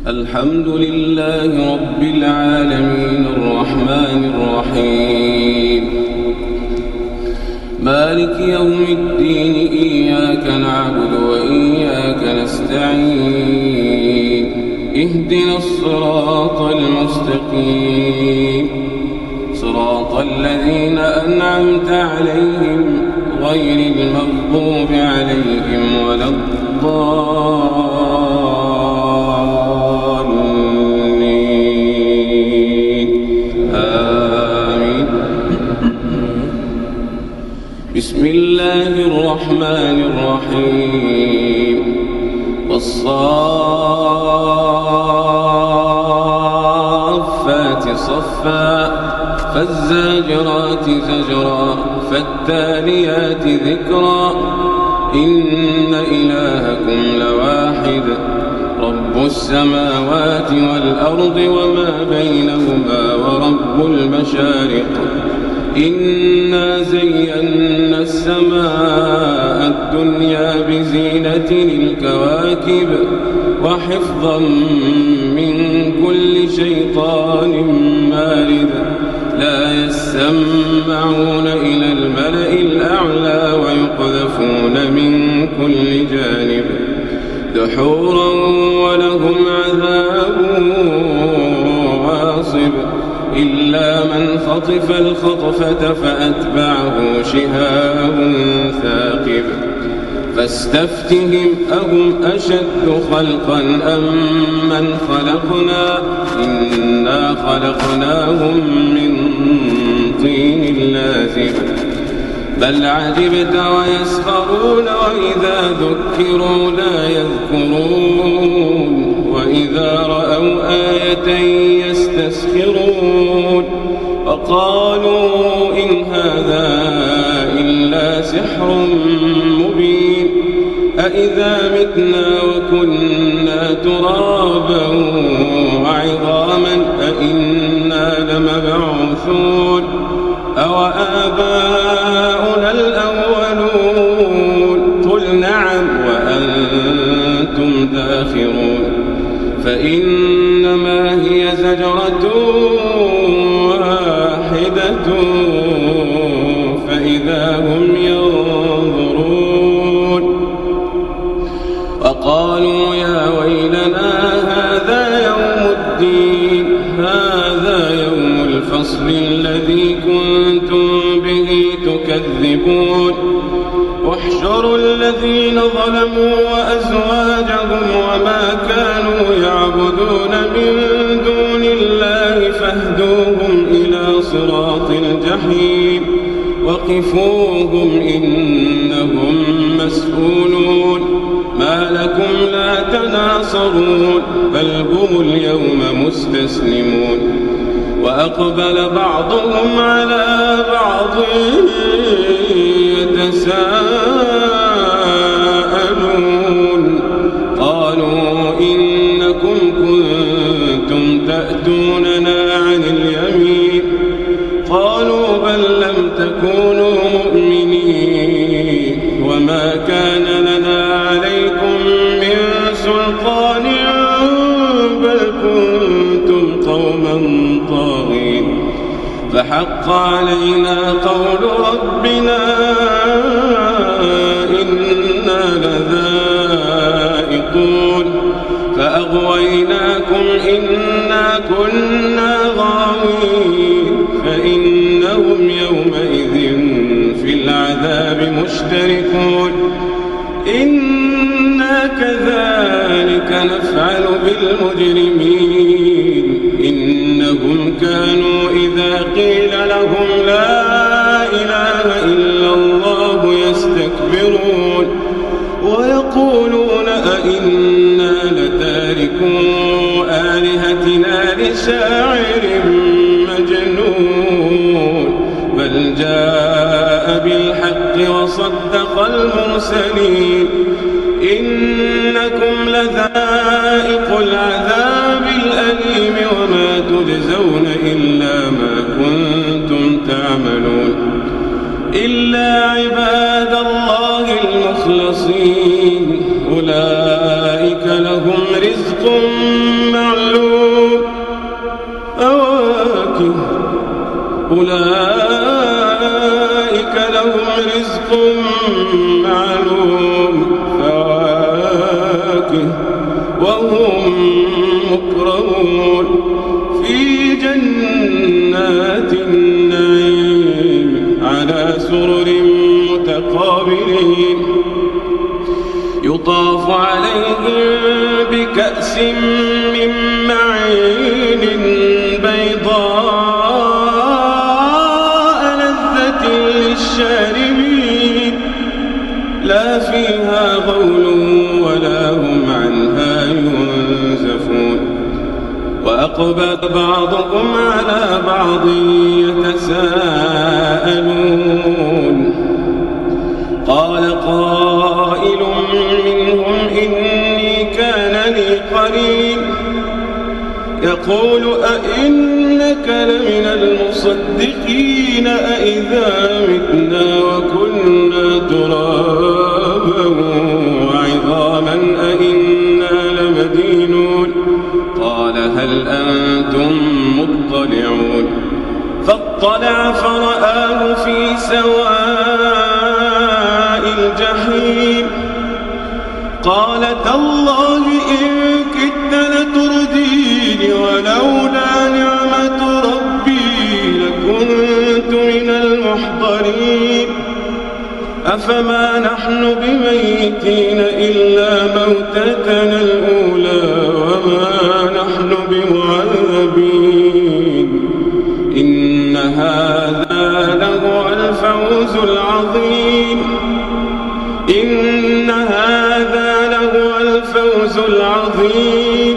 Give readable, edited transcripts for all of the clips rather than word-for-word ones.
الحمد لله رب العالمين الرحمن الرحيم مالك يوم الدين إياك نعبد وإياك نستعين اهدنا الصراط المستقيم صراط الذين أنعمت عليهم غير المغضوب عليهم ولا الضالين آمين. بسم الله الرحمن الرحيم والصافات صفا فالزاجرات زجرا فالتاليات ذكرا إن إلهكم لواحد رب السماوات والأرض وما بينهما ورب المشارق إنا زينا السماء الدنيا بزينة الكواكب وحفظا من كل شيطان مارد لا يسمعون إلى الملأ الأعلى ويقذفون من كل جانب دحورا ولهم عذاب واصب إلا من خطف الخطفة فأتبعه شهاب ثاقب فاستفتهم أهم أشد خلقا أم من خلقنا إنا خلقناهم من طين لازب بل عجبت ويسخرون وإذا ذكروا لا يذكرون وإذا رأوا آية يستسخرون وقالوا إن هذا إلا سحر مبين أإذا متنا وكنا ترابا وعظاما أإنا لمبعوثون أوآباؤنا الأولون قل نعم وأنتم داخرون فإنما هي زجرة واحدة فإذا هم ينظرون وقالوا يا ويلنا هذا يوم الدين هذا يوم الفصل الذي كنتم به تكذبون واحشروا الذين ظلموا وأزواجهم وما كانوا يعبدون من دون الله فاهدوهم إلى صراط الجحيم وقفوهم إنهم مسؤولون ما لكم لا تناصرون بل هم اليوم مستسلمون وأقبل بعضهم على بعض يتساءلون قالوا إنكم كنتم تأتوننا عن اليمين قالوا بل لم تكونوا مؤمنين وما كان لنا عليكم من سلطان بل كنتم قوما طاغين فحق علينا قول ربنا إنا لذائقون فأغويناكم إنا كنا غاوين فإنهم يومئذ في العذاب مشتركون إنا كذلك نفعل بالمجرمين إنهم كانوا إذا قيل لهم لا إله إلا الله يستكبرون ويقولون أئنا لتاركو آلهتنا لشاعر مجنون بل جاء بالحق وصدق المرسلين إنكم لذائق العذاب الأليم وما تجزون إلا ما كنتم تعملون إلا عباد الله المخلصين أولئك لهم رزق رزق معلوم فواكه أولئك لهم رزق معلوم فواكه وهم مكرمون في جنات النعيم على سرر متقابلين يطاف عليهم بكأس من معين بيضاء لذة للشاربين لا فيها غول ولا هم عنها ينزفون وأقبل بعضهم على بعض يتساءلون قال قائل منهم إني كان لي قرين يقول أئنك لمن المصدقين أئذا متنا وكنا ترابا وعظاما أئنا لمدينون قال هل أنتم مطلعون فاطلع فرآه في سواء الجحيم قال تالله إن كدت لتردين ولولا نعمة ربي لكنت من المحضرين أفما نحن بميتين إلا موتتنا الأولى وما نحن بمعذبين إن هذا لهو الفوز العظيم إن هذا لهو الفوز العظيم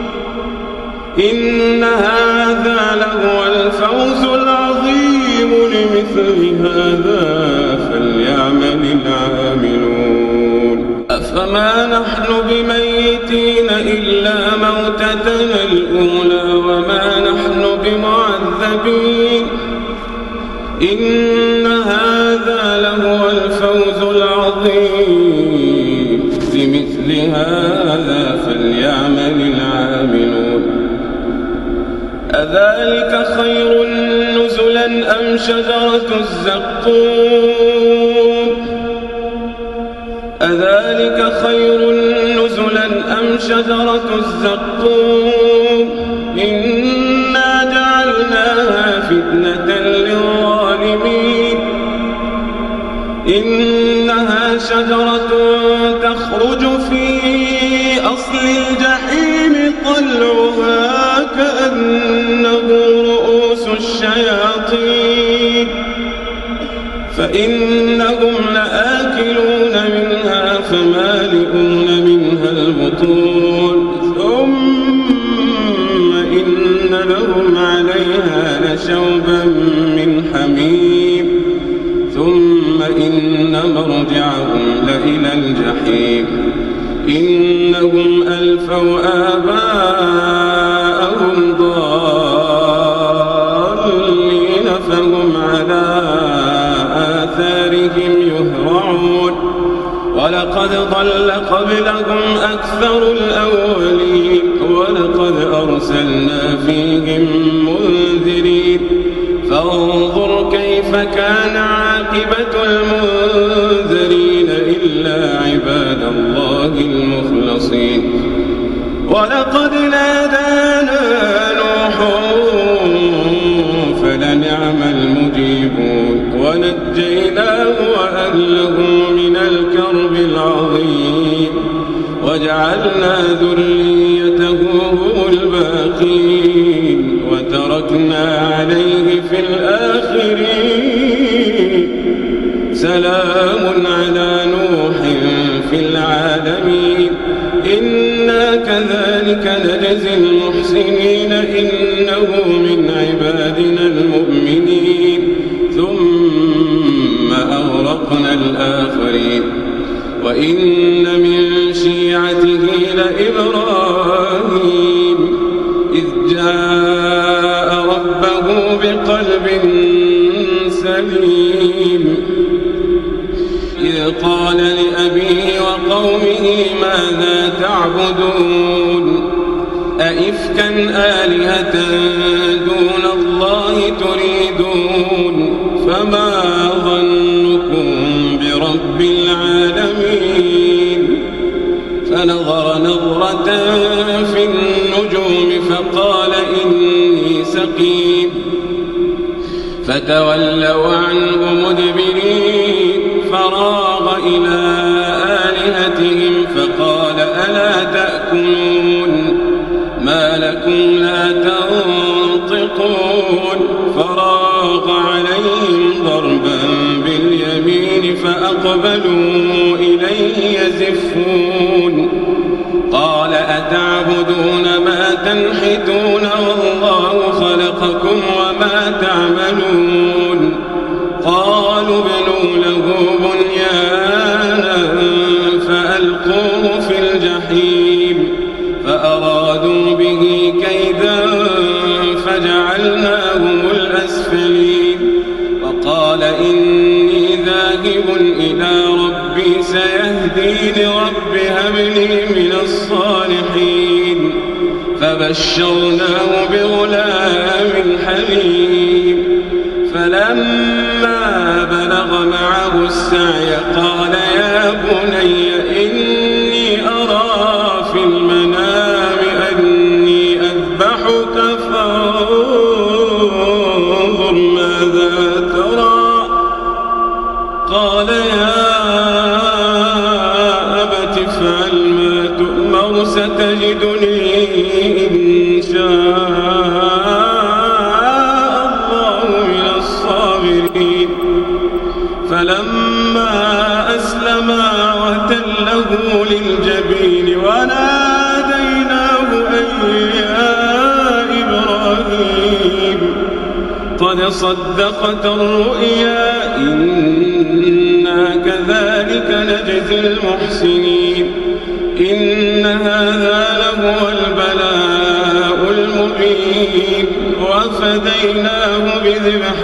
إن هذا لهو الفوز العظيم لمثل هذا فليعمل العاملون أفما نحن بميتين إلا موتتنا الأولى وما نحن بمعذبين إن هذا لهو الفوز العظيم لمثل هذا فليعمل العاملون أذلك خير نزلا أم شجرة الزقوم أذلك خير نزلا أم شجرة الزقوم إنا جعلناها فتنة للظالمين إنها شجرة تخرج في أصل الجحيم طلعها كأنه رؤوس الشياطين فإنهم لآكلون منها فمالئون منها البطون ثم إن لهم عليها لشوبا من حميم ثم إن مرجعهم لإلى الجحيم إنهم ألفوا آباءهم ضالين فهم على آثارهم يهرعون ولقد ضل قبلهم أكثر الأولين ولقد أرسلنا فيهم منذرين فانظر كيف كان عاقبة المنذرين إلا عباد الله المخلصين ولقد نادانا نوح فلنعم المجيبون ونجيناه وأهله من الكرب العظيم وجعلنا ذريته هم الباقين وتركنا عليه في الآخرين سلام على نوح في العالمين إنا كذلك نجزي المحسنين إنه من عبادنا المؤمنين ثم أغرقنا الآخرين وإن من شيعته لإبراهيم إذ جاء ربه بقلب سليم إذ قال لأبيه وقومه ماذا تعبدون أئفكا آلهة دون الله تريدون فما ظنكم برب العالمين فنظر نظرة في النجوم فقال إني سقيم فتولوا عنه مدبرين فراغ إلى آلهتهم فقال ألا تأكلون ما لكم لا تنطقون فراغ عليهم ضربا باليمين فأقبلوا إليه يزفون قال أتعبدون ما تنحتون والله خلقكم وما تعملون قالوا ابنوا له بنيانا فألقوه في الجحيم فأرادوا به كيدا فجعلناهم الأسفلين وقال إني ذاهب إلى ربي سيهدين رب هب لي من الصالحين فبشرناه بغلام حليم فلما بلغ معه السعي قال يا بني إني أرى في المنام أني أذبحك فانظر ماذا ترى قال يا أبت افعل ما تؤمر ستجدني إن شاء الله من الصابرين فلما أسلما وتله للجبين وناديناه أن يا إبراهيم قد صدقت الرؤيا إنا كذلك نجزي المحسنين إن هذا لهو البلاء المبين وفديناه بذبح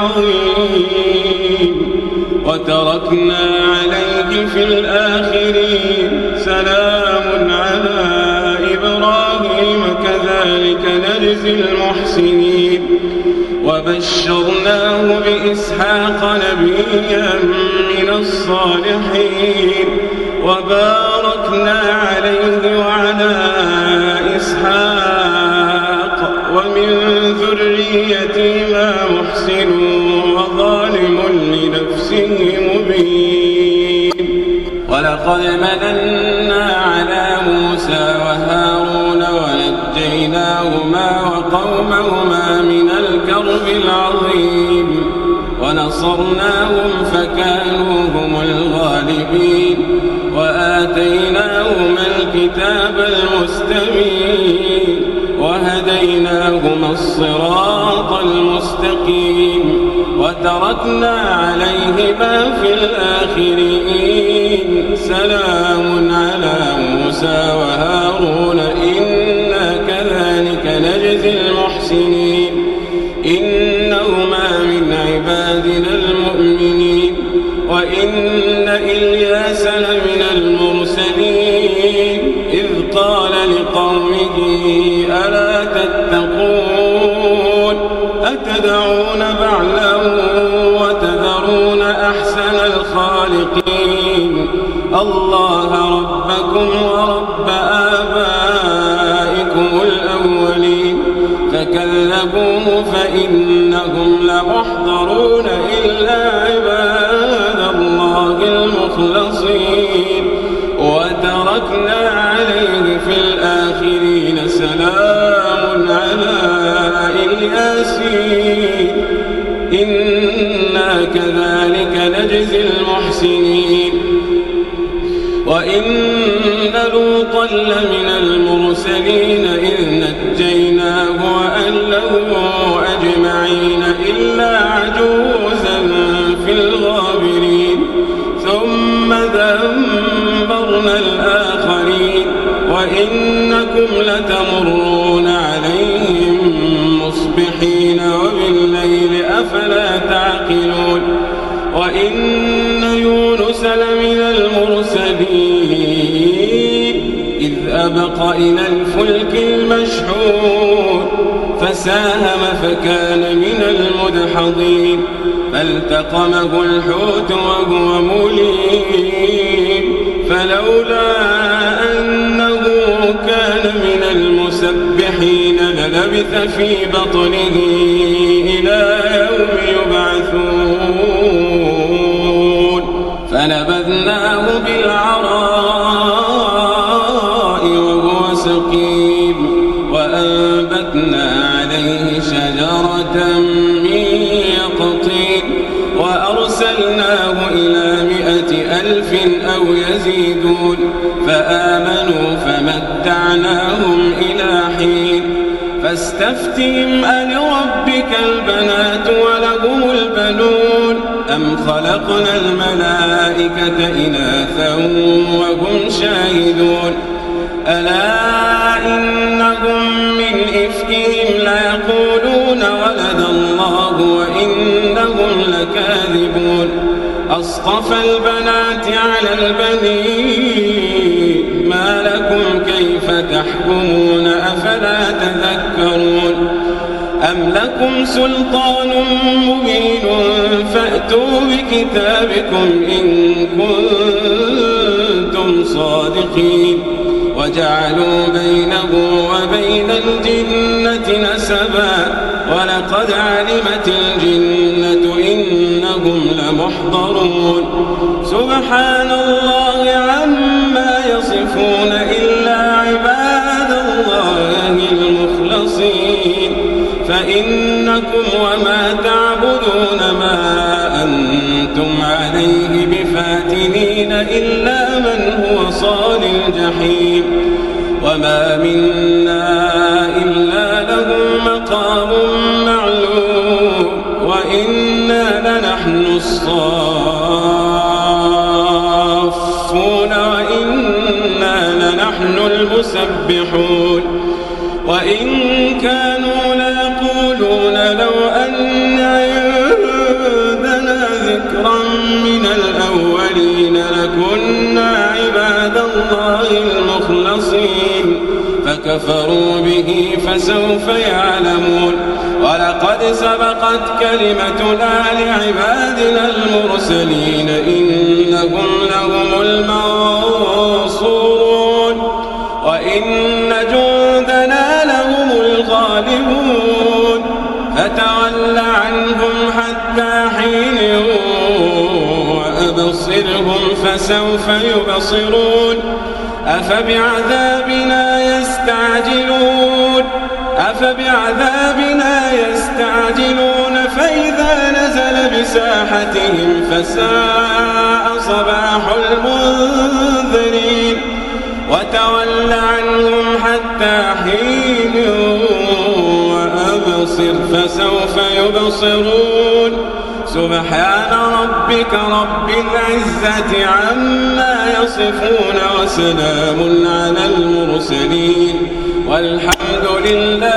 عظيم وتركنا عليه في الآخرين سلام على إبراهيم كذلك نجزي المحسنين وبشرناه بإسحاق نبيا من الصالحين وباركنا عليه وعلى إسحاق ومن ذريتهما محسن وظالم لنفسه مبين ولقد مننا على موسى وهارون ونجيناهما وقومهما من الكرب العظيم ونصرناهم فكانوا هم الغالبين وآتيناهما الكتاب المستبين وهديناهما الصراط المستقيم وتركنا عليهما في الآخرين سلام على موسى وهارون إنا كذلك نجزي المحسنين إنهما من عبادنا المؤمنين وإن إلياس لمن المرسلين إذ قال لقومه ألا تتقون أتدعون بعلا وتذرون أحسن الخالقين الله ربكم ورب آبائكم الأولين فكذبوه فإنهم لمحضرون إلا عباد الله المخلصين وتركنا عليه في الآخرين سلام على الياسين إنا كذلك نجزي المحسنين وإن لوطا لمن المرسلين إذ نجيناه وأهله أجمعين إلا عجوزا في الغابرين ثم دمرنا الآخرين وإنكم لتمرون عليهم مصبحين وبالليل أفلا تعقلون وإن يونس لمن المرسلين إذ أبق إلى الفلك مشحون فساهم فكان من المدحضين فالتقمه الحوت وهو مليم فلولا أنه كان من المسبحين للبث في بطنه إلى يوم يبعثون فنبذناه بالعراء وهو سقيم وأنبتنا عليه شجرة من يقطين وأرسلناه إلى 100,000 أو يزيدون فآمنوا فمتعناهم إلى حين فاستفتهم ألربك البنات ولهم البنون أم خلقنا الملائكة إناثا وهم شاهدون ألا إنهم من إفكهم ليقولون ولد الله وإنهم لكاذبون أصطفى البنات على البنين ما لكم كيف تحكمون أفلا تذكرون أم لكم سلطان مبين فأتوا بكتابكم إن كنتم صادقين وجعلوا بينه وبين الجنة نسبا ولقد علمت الجنة إنهم لمحضرون سبحان الله عما يصفون إلا عباد الله المخلصين فإنكم وما تعبدون ما أنتم عليه بفاتنين إلا من هو صال الجحيم وما منا إلا له مقام معلوم وإنا لنحن الصافون وإنا لنحن المسبحون وإن كانوا ليقولون لو أن عندنا ذكرا من الأولين لكنا عباد الله المخلصين فكفروا به فسوف يعلمون ولقد سبقت كلمتنا لعبادنا المرسلين إنهم لهم المنصورون وإن جندنا لهم الغالبون فتول عنهم حتى حين وأبصرهم فسوف يبصرون أفبعذابنا يستعجلون فإذا نزل بساحتهم فساء صباح المنذرين وتول عنهم حتى حين وأبصر فسوف يبصرون سبحان ربك رب العزة عما يصفون وسلام على المرسلين والحمد لله